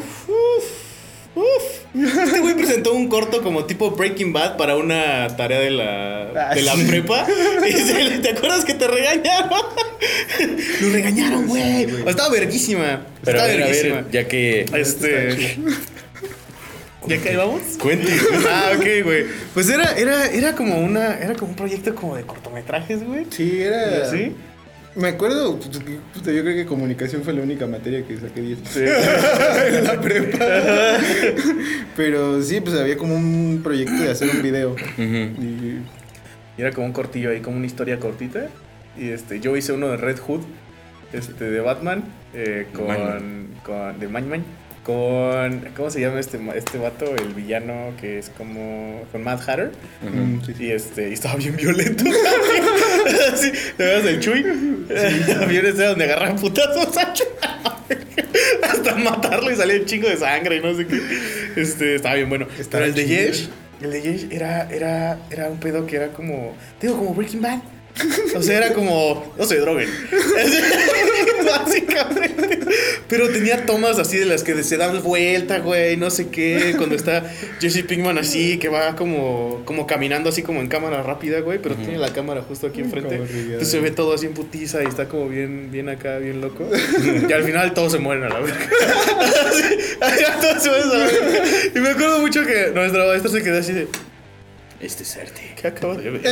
Este güey presentó un corto como tipo Breaking Bad para una tarea de la prepa. ¿Te acuerdas que te regañaron? Lo regañaron, güey. Estaba verguísima. Pero a ver, ya que... ¿Ya que ahí vamos? Cuente. Ok, güey. Pues era como un proyecto como de cortometrajes, güey. Sí, era... ¿Sí? Me acuerdo, yo creo que comunicación fue la única materia que saqué 10. Sí. En la prepa. Pero sí, pues había como un proyecto de hacer un video. Y era como un cortillo ahí, como una historia cortita. Y yo hice uno de Red Hood, de Batman, de Man Man, ¿Cómo se llama este vato? El villano que es como con Mad Hatter. Sí. Y y estaba bien violento. Así, ¿te ves el Chuy? Bien donde agarran putazos a Chuy. Hasta matarlo y salía un chingo de sangre y no sé qué. Estaba bien bueno. Pero el de Yesh era un pedo que era como, como Breaking Bad. O sea, era como, no se droguen. Básicamente. Pero tenía tomas así de las que se dan vuelta, güey, no sé qué. Cuando está Jesse Pinkman así, que va como caminando así como en cámara rápida, güey. Pero tiene la cámara justo aquí enfrente. Entonces se ve todo así en putiza y está como bien acá, bien loco. Y al final todos se mueren a la verga. Todos se mueren a la verga. Y me acuerdo mucho que nuestra maestra se quedó así de... Este es Arte. ¿Qué acabo de ver?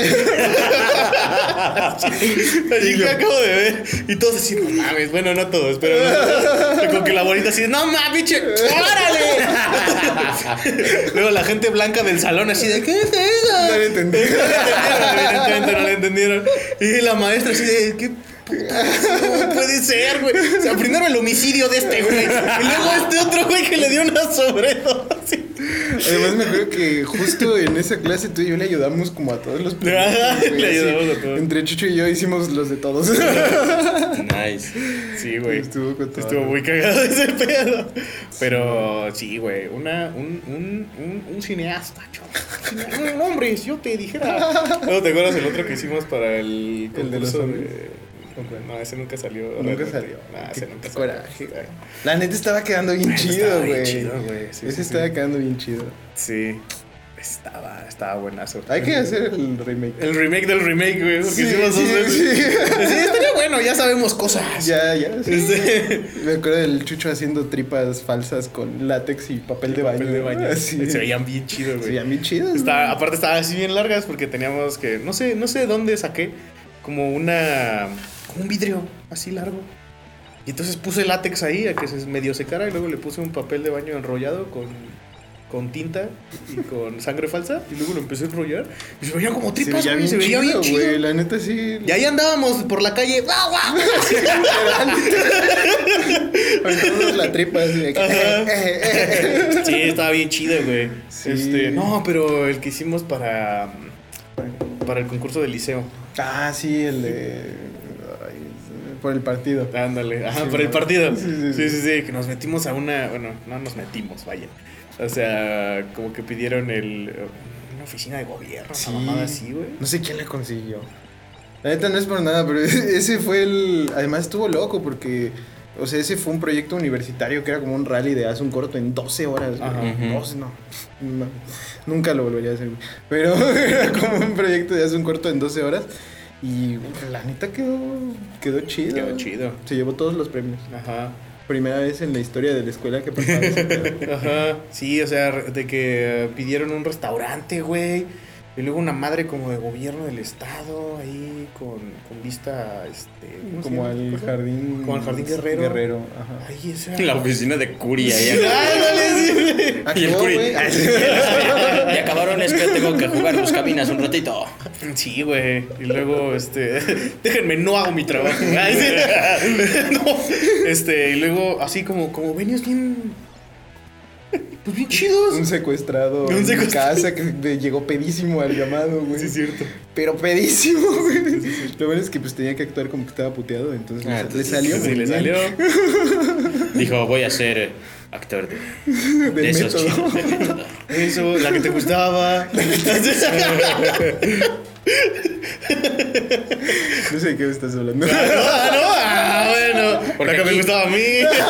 ¿Qué acabo de ver? Y todos así, no mames. Bueno, no todos, pero como que la bonita así de, no mames, biche, órale. Luego la gente blanca del salón así de, ¿qué es eso? No lo entendieron. Evidentemente no lo entendieron. Y la maestra así de, ¿qué puta? No puede ser, güey. O sea, primero el homicidio de este güey. Y luego otro güey que le dio una sobredosis. Además me acuerdo que justo en esa clase tú y yo le ayudamos como a todos los proyectos, le ayudamos a todos. Entre Chucho y yo hicimos los de todos. Nice. Sí, güey. Estuvo muy cagado ese pedo. Pero sí, güey. Un cineasta, un hombre, si yo te dijera. ¿No te acuerdas el otro que hicimos para el de los zombies? No, ese nunca salió. Nunca salió. Ese nunca salió. Coraje, güey. La neta estaba quedando bien chido, güey. Sí, ese estaba quedando bien chido. Sí. Estaba buenazo. Hay que hacer el remake. El remake del remake, güey. Porque hicimos sí, dos veces. sí. Sí, estaría bueno, ya sabemos cosas. Ya. Sí. Me acuerdo del Chucho haciendo tripas falsas con látex y papel de baño. Sí. Se veían bien chidos, güey. Se veían bien chidos. Aparte estaban así bien largas porque teníamos que... No sé dónde saqué como un vidrio así largo. Y entonces puse látex ahí a que se medio secara y luego le puse un papel de baño enrollado con tinta y con sangre falsa y luego lo empecé a enrollar y se veían como tripas, güey. Se veía bien chido, güey. La neta sí. Y ahí andábamos por la calle. ¡Guau, guau! Aventándonos la tripa así de Sí, estaba bien chido, güey. Sí. No, pero el que hicimos para el concurso del liceo. Ah, sí, el de... por el partido. Ándale, Sí, por el partido. Sí. Que nos metimos a una... Bueno, no nos metimos, vaya. O sea, como que pidieron una oficina de gobierno, Sí. una mamada así, güey. No sé quién la consiguió. La neta no es por nada, pero ese fue el... Además estuvo loco porque... O sea, ese fue un proyecto universitario que era como un rally de haz un corto en 12 horas. Ajá. 12, no. Nunca lo volvería a hacer. Pero era como un proyecto de haz un corto en 12 horas. Y la neta quedó chido. Quedó chido. Se llevó todos los premios. Ajá. Primera vez en la historia de la escuela que pasaba ese pedo. Ajá. Sí, o sea, de que pidieron un restaurante, güey. Y luego una madre como de gobierno del estado, ahí con vista, ¿cómo se Como llama? al jardín... Como al jardín Guerrero. Ajá. Ahí esa... La oficina de Curia. Sí, Ya. ándale, Ah, Y el ¿cómo, Curi. güey? Ya acabaron, es que tengo que jugar los cabinas un ratito. sí, güey. Y luego, déjenme, no hago mi trabajo. Ay, sí. No, y luego, así como venios bien... Pues bien chidos. Un secuestrado en mi casa que llegó pedísimo al llamado, güey. Sí, es cierto. Pero pedísimo, güey. Lo bueno es que pues tenía que actuar como que estaba puteado, entonces le salió. Sí, muy le bien. salió. Dijo, voy a ser actor de esos método. chidos de método. Eso, la que te gustaba. No sé de qué me estás hablando. Bueno. Porque La que me aquí- gustaba a mí.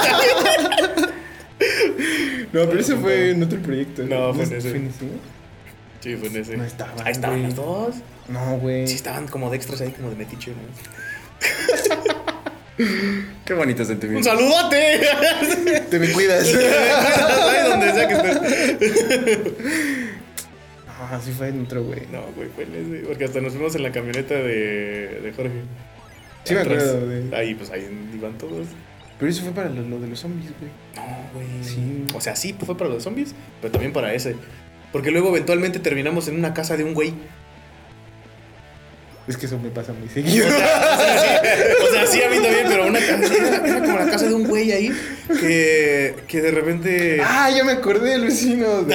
No, pero ese fue en otro proyecto. No, fue en ese. ¿Fue en ese? Sí, fue en ese. No estaban, Ahí estaban güey. los dos. No, güey. Sí, estaban como de extras ahí, como de metiche, ¿no? Qué bonito ¡Un sentimiento. saludote! Te me cuidas. Ahí donde sea que estés. No, así fue en otro, güey. No, güey, fue en ese. Porque hasta nos fuimos en la camioneta de Jorge. Sí me Atrás. acuerdo de... Ahí, pues ahí iban todos. Pero eso fue para lo de los zombies, güey. No, güey. Sí. O sea, sí, fue para los zombies, pero también para ese. Porque luego eventualmente terminamos en una casa de un güey. Es que eso me pasa muy seguido. O sea, sí, a mí también, pero era como la casa de un güey ahí que de repente... Ah, ya me acordé del vecino.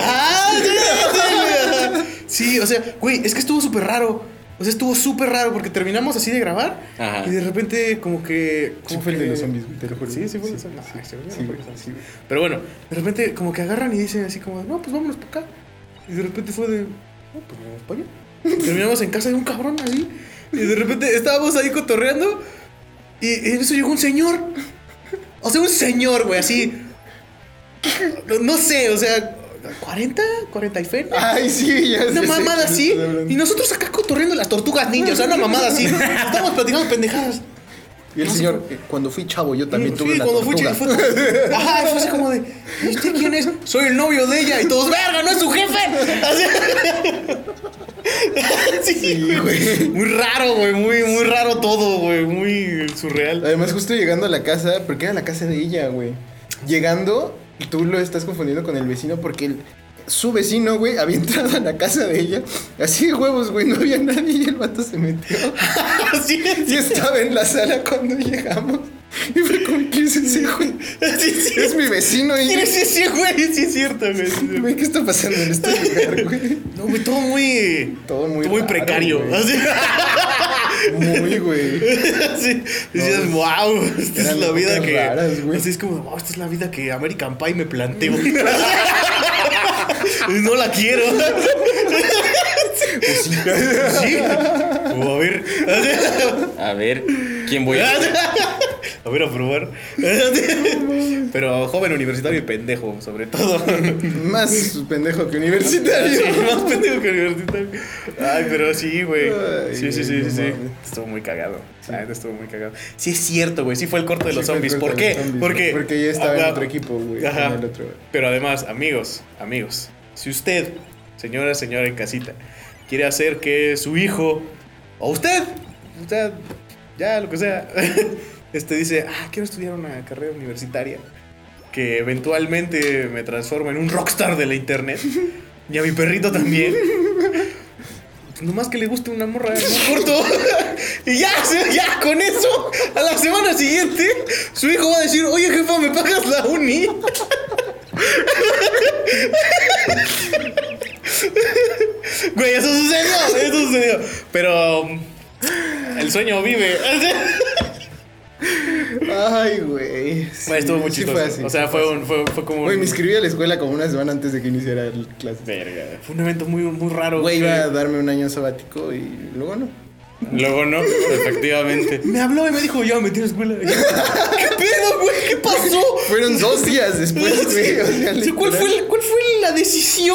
Sí, o sea, güey, es que estuvo súper raro. O sea, estuvo súper raro porque terminamos así de grabar. Ajá. Y de repente como que... Sí fue el de los zombies, te lo juro. Sí, fue el de los zombies. Sí. Pero bueno, de repente como que agarran y dicen así como, no, pues vámonos para acá. Y de repente fue de, no, pues vamos para allá. Y terminamos en casa de un cabrón así. Y de repente estábamos ahí cotorreando. Y en eso llegó un señor. O sea, un señor, güey, así. No sé, o sea, 40 y fe. Ay, sí, ya Una sé, mamada sí, así. sí, Y nosotros acá cotorreando las tortugas ninja. O sea, una mamada así. Estábamos platicando pendejadas. Y el No, señor, cuando fui chavo, yo también tuve sí, una cuando tortuga. Ajá, fue así como de, ¿y usted quién es? Soy el novio de ella. Y todos, verga, no es su jefe. Así. Sí, güey. Muy raro, güey. Muy raro todo, güey. Muy surreal. Además, justo llegando a la casa, porque era la casa de ella, güey. Llegando, tú lo estás confundiendo con el vecino porque su vecino, güey, había entrado a la casa de ella. Así de huevos, güey, no había nadie y el vato se metió. Sí, Y estaba en la sala cuando llegamos. Y fue como, ¿quién es ese güey? sí. Es mi vecino. Y ¿Quién es ese güey? Sí, es cierto, güey. güey, ¿qué está pasando en este lugar, güey? No, güey, todo muy raro, precario. güey. Así. Muy, güey. Sí. Dices, wow, esta es la vida que. Raras, güey. Así es como, wow, esta es la vida que American Pie me planteó. No la quiero. Pues sí. Sí. O A ver, ¿quién voy a hacer? a ver, a probar. Pero joven universitario y pendejo, sobre todo. Más pendejo que universitario. Sí, más pendejo que universitario. Ay, pero sí, güey. Ay, Sí. no mames. Estuvo muy cagado. Estuvo muy cagado. Sí, es cierto, güey. Sí fue el corte de los Sí, fue el zombies. corte ¿Por de qué? los zombies, porque ya estaba en otro equipo, güey. Ajá. En el otro. Pero además, amigos, si usted, señora en casita, quiere hacer que su hijo, o usted, ya lo que sea, dice, quiero estudiar una carrera universitaria que eventualmente me transforma en un rockstar de la internet, y a mi perrito también. Nomás que le guste una morra no corto. Y ya, con eso, a la semana siguiente, su hijo va a decir, oye, jefa, ¿me pagas la uni? Güey, eso sucedió. Pero el sueño vive. Ay, güey. Sí, Estuvo muy chistoso. fue así. O sea, fue como Güey, me inscribí a la escuela como una semana antes de que iniciara el clase. Verga. Fue un evento muy, muy raro. Güey, iba a darme un año sabático y luego no. Luego no, efectivamente. Me habló y me dijo, ya me metí a la escuela. ¿Qué pedo, güey? ¿Qué pasó? Fueron 2 días después, güey. O sea, Sí, ¿Cuál fue la decisión?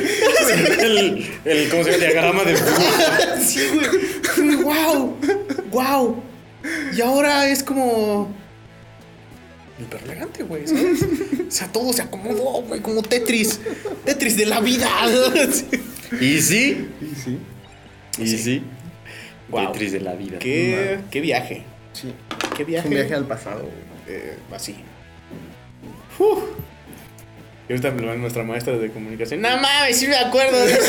¿Cómo se llama? Diagrama de flujo. Sí, güey. Wow. Y ahora es como hiper elegante, güey, ¿sabes? O sea, todo se acomodó, güey, como Tetris de la vida. ¿Y sí? Y sí. Wow. Tetris de la vida. ¿Qué viaje? Sí. ¿Qué viaje? Es un viaje al pasado. Así. Y ahorita me lo va nuestra maestra de comunicación. No mames, sí me acuerdo de ese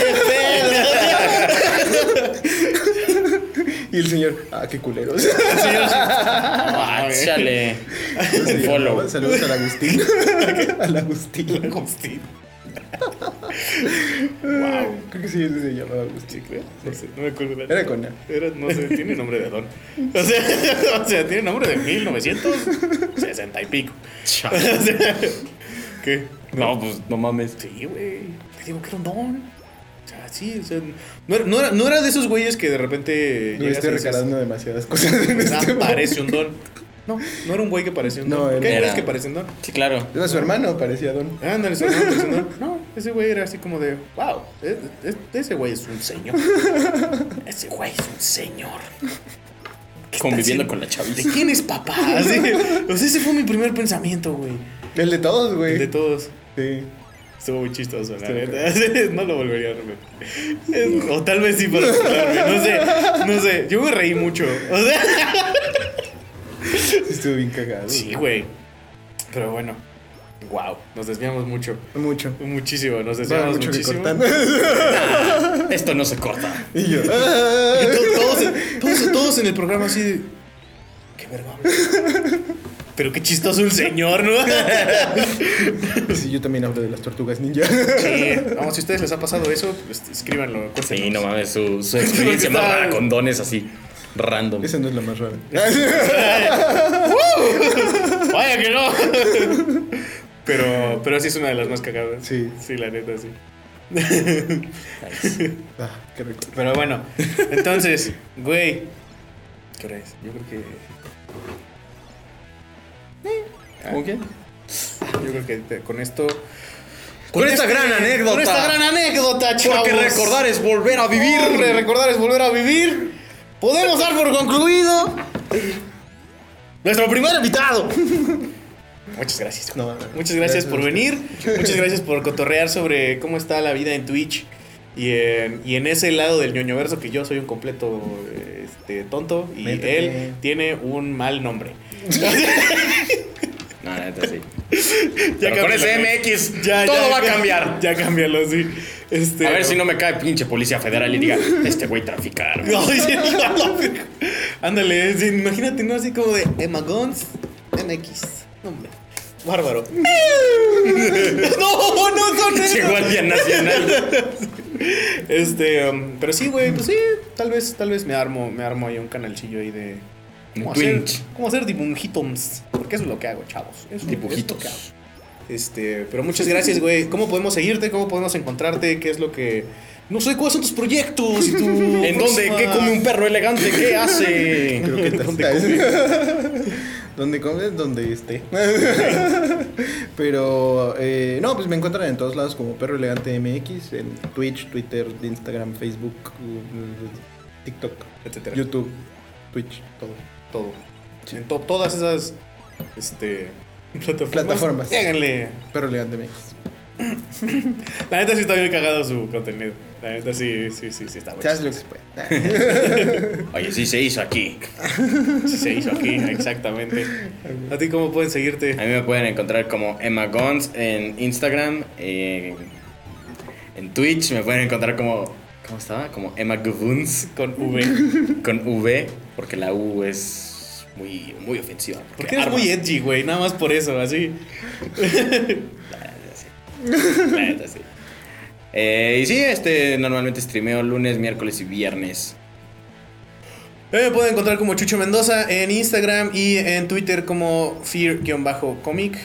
pedo. Y el señor, qué culeros. El señor así, Échale. Follow. Saludos al Agustín. Al Agustín. Agustín. Wow. Creo que sí, ese se llamaba Agustín. No sé, no me acuerdo. Era con A. No sé, tiene nombre de Adón. O sea, tiene nombre de 1960 y pico. Chao. O sea, ¿qué? No, pues no mames. Sí, güey. Te digo que era un don. O sea, sí, o sea, no era de esos güeyes que de repente. No estoy recordando demasiadas cosas en este momento. Parece un don. No era un güey que parecía un don. No, ¿Qué hay era- güeyes que parecen don? Sí, claro. Era su hermano, parecía Don. Ándale, ese güey parecía un don. No, ese güey era así como de, wow, ese güey es un señor. Ese güey es un señor. ¿Qué está Conviviendo haciendo? con la chaviza. ¿De quién es papá? Así, o sea, ese fue mi primer pensamiento, güey. El de todos, güey. De todos. Sí. Estuvo muy chistoso, la Estuvo neta. No lo volvería a repetir. O tal vez sí para escucharme. No sé. Yo me reí mucho. O sea. Sí, estuvo bien cagado. Sí, güey. Pero bueno. Wow, nos desviamos mucho. Mucho. Muchísimo, nos desviamos Mucho que muchísimo. Ah, esto no se corta. Y yo. Y todos en el programa así de... Qué verga. Pero qué chistoso el señor, ¿no? Sí, yo también hablo de las tortugas ninja. Sí, vamos, si a ustedes les ha pasado eso, pues, escríbanlo. Sí, cuéntenos. no mames, su experiencia más rara con dones así, random. Esa no es la más rara. Vaya que no. Pero sí es una de las más cagadas. Sí. Sí, la neta, sí. Nice. Ah, qué rico. Pero bueno, entonces, güey. ¿Qué hora es? Yo creo que... ¿Cómo qué? Yo creo que con esto... Con esta gran anécdota. Con esta gran anécdota, chavos. Porque recordar es volver a vivir. Recordar es volver a vivir. Podemos dar por concluido nuestro primer invitado. Muchas gracias. No, Muchas gracias por venir. Muchas gracias por cotorrear sobre cómo está la vida en Twitch. Y en ese lado del ñoñoverso que yo soy un completo tonto. Y Métete. él tiene un mal nombre. No, la neta sí. Ya Pero con ese MX todo va a cambiar. Ya cámbialo, sí. A ver si no me cae pinche policía federal y diga, este güey traficar. Ay, sí, ándale, sí, imagínate, ¿no? Así como de Emma Guns MX. Hombre, bárbaro. No, Pinche Guardia Nacional. Pero sí, güey, pues sí, tal vez me armo ahí un canalcillo ahí de Un hacer, Twitch. cómo hacer dibujitos, porque eso es lo que hago, chavos. Eso es lo Dibujitos. que hago. Pero muchas gracias, güey. ¿Cómo podemos seguirte? ¿Cómo podemos encontrarte? ¿Qué es lo que no sé cuáles son tus proyectos y tu ¿En dónde? ¿Qué come un perro elegante? ¿Qué hace? Creo que ¿Dónde ¿Dónde comes? Donde esté. Pero, no, pues me encuentran en todos lados como Perro Elegante MX, en Twitch, Twitter, Instagram, Facebook, TikTok, etcétera? YouTube, Twitch, todo. En todas esas Plataformas. Háganle. Perro Elegante MX. La neta sí está bien cagado su contenido. La neta sí está bueno. Se hace lo que se puede. Oye, sí se hizo aquí. Sí se hizo aquí, exactamente. ¿A ti cómo pueden seguirte? A mí me pueden encontrar como Emma Gons en Instagram. En Twitch me pueden encontrar como... ¿Cómo estaba? Como Emma Guvuns. Con V. Con V, porque la U es muy ofensiva. Porque eres muy edgy, güey. Nada más por eso, así. La neta, sí. Y sí, normalmente streameo lunes, miércoles y viernes. Me pueden encontrar como Chucho Mendoza en Instagram y en Twitter como Fear-comic.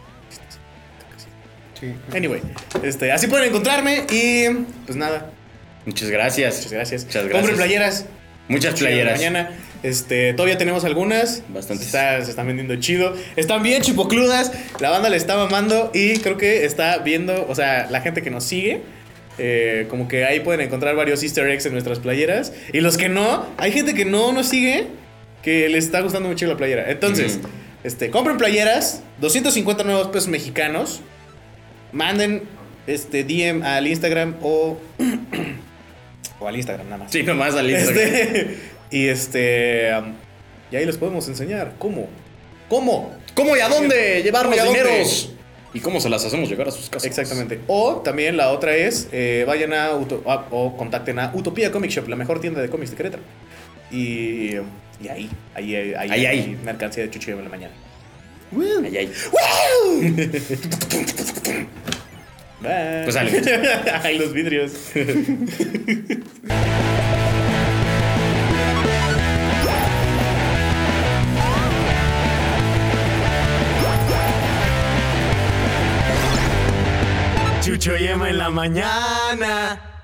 Sí. Anyway, así pueden encontrarme y pues nada. Muchas gracias. Muchas gracias. Muchas gracias. Compren playeras. Muchas playeras. Mañana. Todavía tenemos algunas. Bastantes. Se están vendiendo chido. Están bien chipocludas. La banda le está mamando. Y creo que está viendo. O sea, la gente que nos sigue. Como que ahí pueden encontrar varios easter eggs en nuestras playeras. Y los que no. Hay gente que no nos sigue. Que les está gustando mucho la playera. Entonces, compren playeras. 250 nuevos pesos mexicanos. Manden DM al Instagram o al Instagram nada más. Sí, nomás al Instagram. Y ahí les podemos enseñar cómo ¿Cómo y a dónde llevar los ¿Cómo y a dónde? dineros? ¿Y cómo se las hacemos llegar a sus casas? Exactamente. O también la otra es vayan o contacten a Utopía Comic Shop, la mejor tienda de cómics de Querétaro. Y ahí hay mercancía de Chucho en la mañana. Ay, ay. Bye. Pues sale. Ay, los vidrios. Chucho y Emma en la mañana.